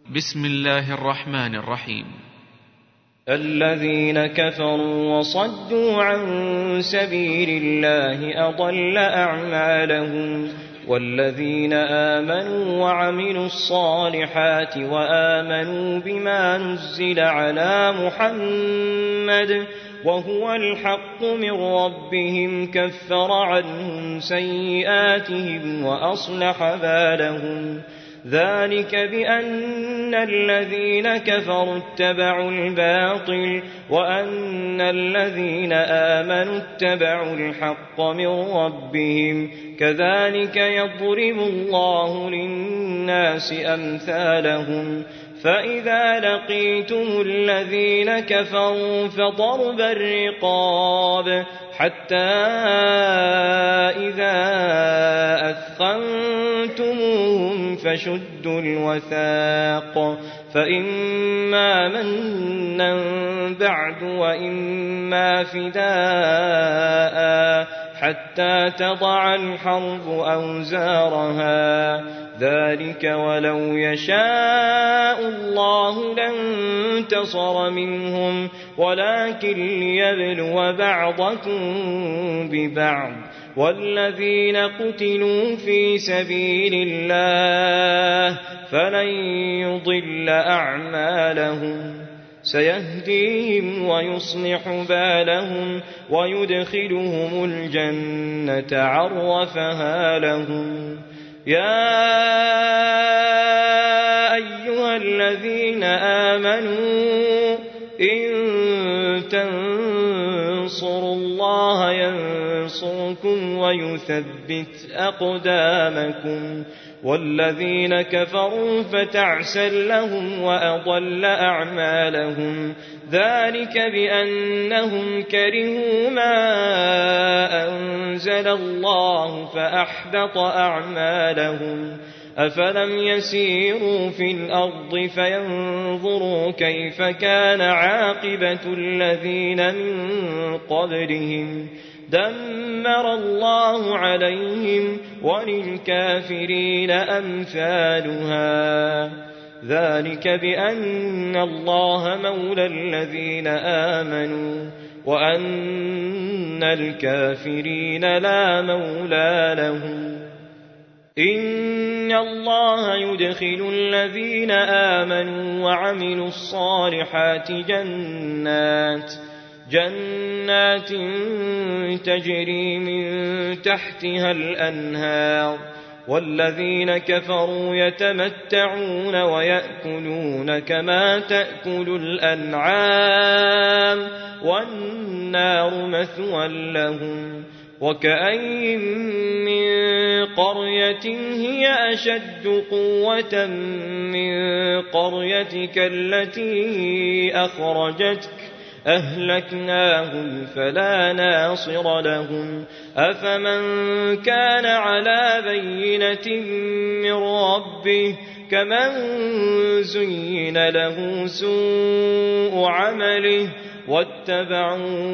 بسم الله الرحمن الرحيم. الذين كفروا وصدوا عن سبيل الله أضل أعمالهم، والذين آمنوا وعملوا الصالحات وآمنوا بما نزل على محمد وهو الحق من ربهم كفر عنهم سيئاتهم وأصلح بالهم. ذلك بأن الذين كفروا اتبعوا الباطل وأن الذين آمنوا اتبعوا الحق من ربهم، كذلك يضرب الله للناس أمثالهم. فإذا لقيتم الذين كفروا فضرب الرقاب حتى إذا أثخنتموهم فشدوا الوثاق، فإما منا بعد وإما فداء حتى تضع الحرب أوزارها. ذلك ولو يشاء الله لانتصر منهم ولكن ليبلو بعضكم ببعض. والذين قتلوا في سبيل الله فلن يضل أعمالهم، سيهديهم ويصلح بالهم ويدخلهم الجنة عرفها لهم. يا أيها الذين آمنوا إن تنصروا الله ينصركم ويثبت أقدامكم. والذين كفروا فتعسا لهم وأضل أعمالهم. ذلك بأنهم كرهوا ما أنزل الله فأحبط أعمالهم. أفلم يسيروا في الأرض فينظروا كيف كان عاقبة الذين من قبلهم، دمر الله عليهم وللكافرين أمثالها. ذلك بأن الله مولى الذين آمنوا وأن الكافرين لا مولى لهم. إن الله يدخل الذين آمنوا وعملوا الصالحات جنات تجري من تحتها الأنهار، والذين كفروا يتمتعون ويأكلون كما تأكل الأنعام والنار مثوى لهم. وكأين من قرية هي أشد قوة من قريتك التي أخرجتك أهلكناهم فلا ناصر لهم. أفمن كان على بينة من ربه كمن زين له سوء عمله واتبعوا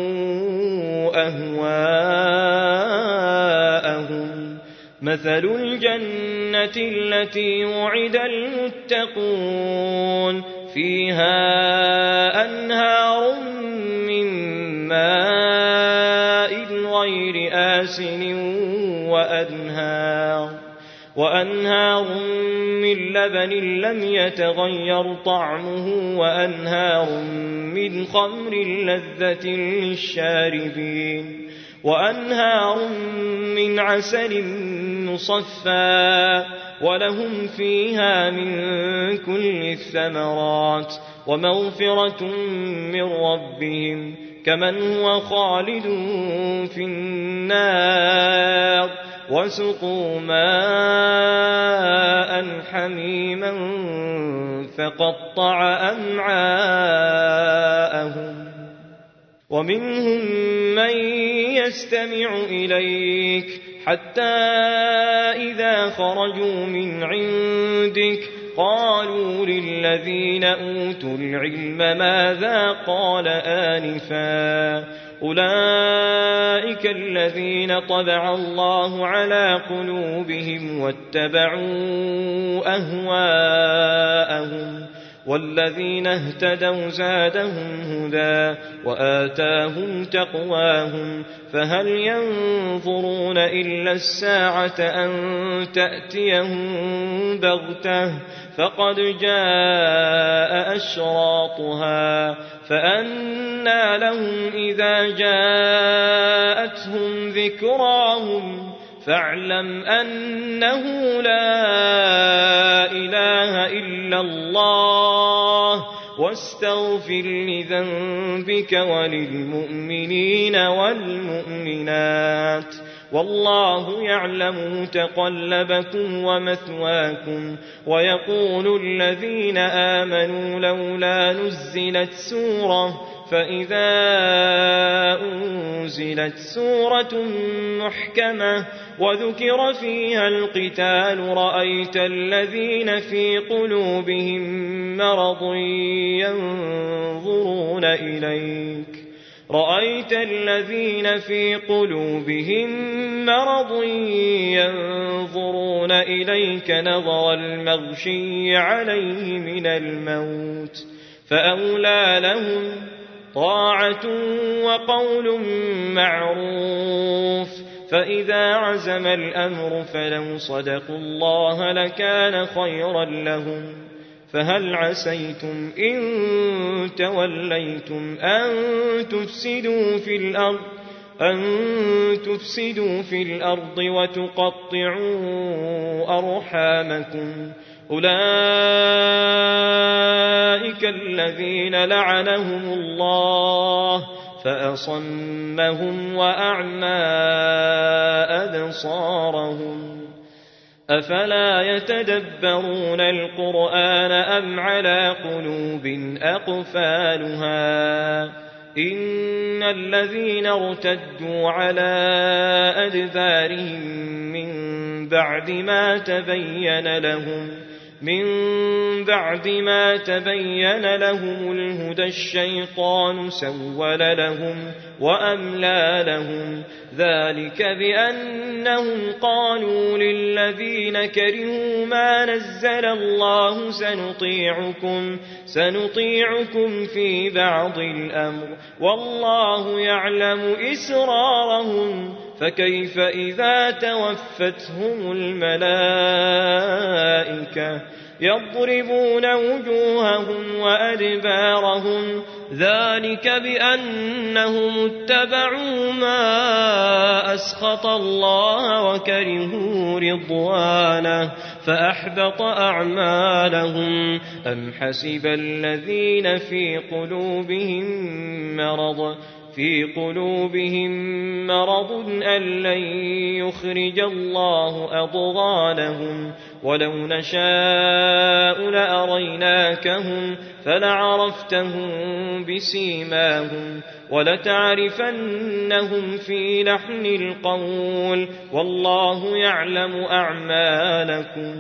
أهواءهم. مثل الجنة التي وعد المتقون فيها أنهار من ماء غير آسن وأنهار من لبن لم يتغير طعمه وأنهار من خمر لذة للشاربين وأنهار من عسل مصفى ولهم فيها من كل الثمرات ومغفرة من ربهم كمن هو خالد في النار وسقوا ماء حميما فقطع أمعاءهم. ومنهم من يستمع إليك حتى إذا خرجوا من عندك قالوا للذين أوتوا العلم ماذا قال آنفا أولئك الذين طبع الله على قلوبهم واتبعوا أهواءهم والذين اهتدوا زادهم هدى وآتاهم تقواهم فهل ينظرون إلا الساعة أن تأتيهم بغتة فقد جاء أشراطها فأنى لهم إذا جاءتهم ذكراهم فاعلم أنه لا إله إلا الله واستغفر لذنبك وللمؤمنين والمؤمنات والله يعلم متقلبكم ومثواكم ويقول الذين آمنوا لولا نزلت سورة فإذا أنزلت سورة محكمة وذكر فيها القتال رأيت الذين في قلوبهم مرض ينظرون إليك نظر المغشي عليه من الموت فأولى لهم طاعة وقول معروف فإذا عزم الأمر فلو صدقوا الله لكان خيرا لهم فهل عسيتم إن توليتم أن تفسدوا في الأرض وتقطعوا أرحامكم أولئك الذين لعنهم الله فأصمهم وأعمى أبصارهم أفلا يتدبرون القرآن أم على قلوب أقفالها إن الذين ارتدوا على أدبارهم من بعد ما تبين لهم الهدى الشيطان سول لهم وأملى لهم ذلك بأنهم قالوا للذين كرهوا ما نزل الله سنطيعكم في بعض الأمر والله يعلم إسرارهم فكيف إذا توفتهم الملائكة يضربون وجوههم وأدبارهم ذلك بأنهم اتبعوا ما أسخط الله وكرهوا رضوانه فأحبط أعمالهم أم حسب الذين في قلوبهم مرض أن لن يخرج الله أضغانهم ولو نشاء لأريناكهم فلعرفتهم بسيماهم ولتعرفنهم في لحن القول والله يعلم أعمالكم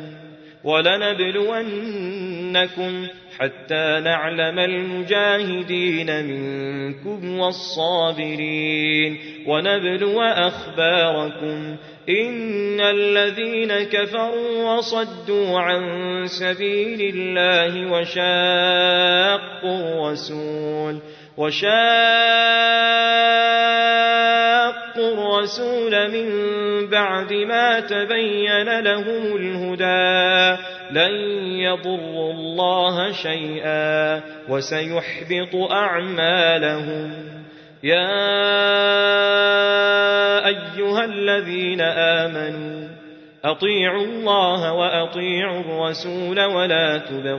ولنبلونكم حتى نعلم المجاهدين منكم والصابرين ونبلو أخباركم إن الذين كفروا وصدوا عن سبيل الله وشاقوا الرسول من بعد ما تبين لهم الهدى لن يضروا الله شيئا وسيحبط أعمالهم يا أيها الذين آمنوا أطيعوا الله وأطيعوا الرسول ولا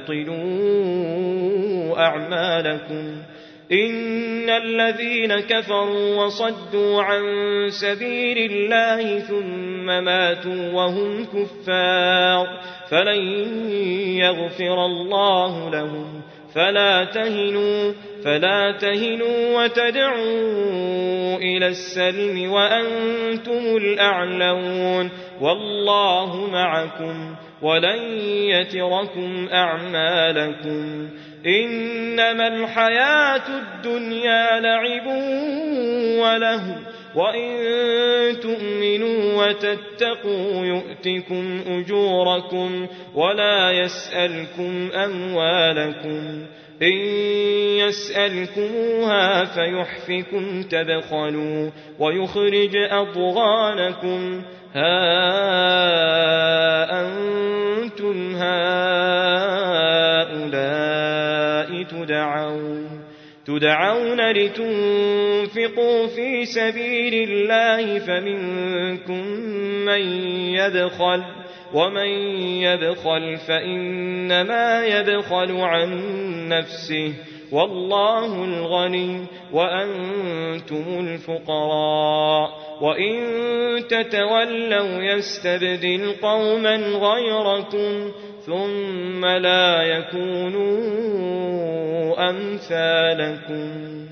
تبطلوا أعمالكم إن الذين كفروا وصدوا عن سبيل الله ثم ماتوا وهم كفار فلن يغفر الله لهم فلا تهنوا وتدعوا إلى السلم وأنتم الأعلون والله معكم ولن يتركم أعمالكم إنما الحياة الدنيا لعب وإن تؤمنوا وتتقوا يؤتكم أجوركم ولا يسألكم أموالكم إن يسألكموها فيحفكم تبخلوا ويخرج أضغانكم ها أنتم هؤلاء تدعون لتنفقوا في سبيل الله فمنكم من يبخل ومن يبخل فإنما يبخل عن نفسه والله الغني وأنتم الفقراء وإن تتولوا يستبدل قوما غيركم ثم لا يكونوا أمثالكم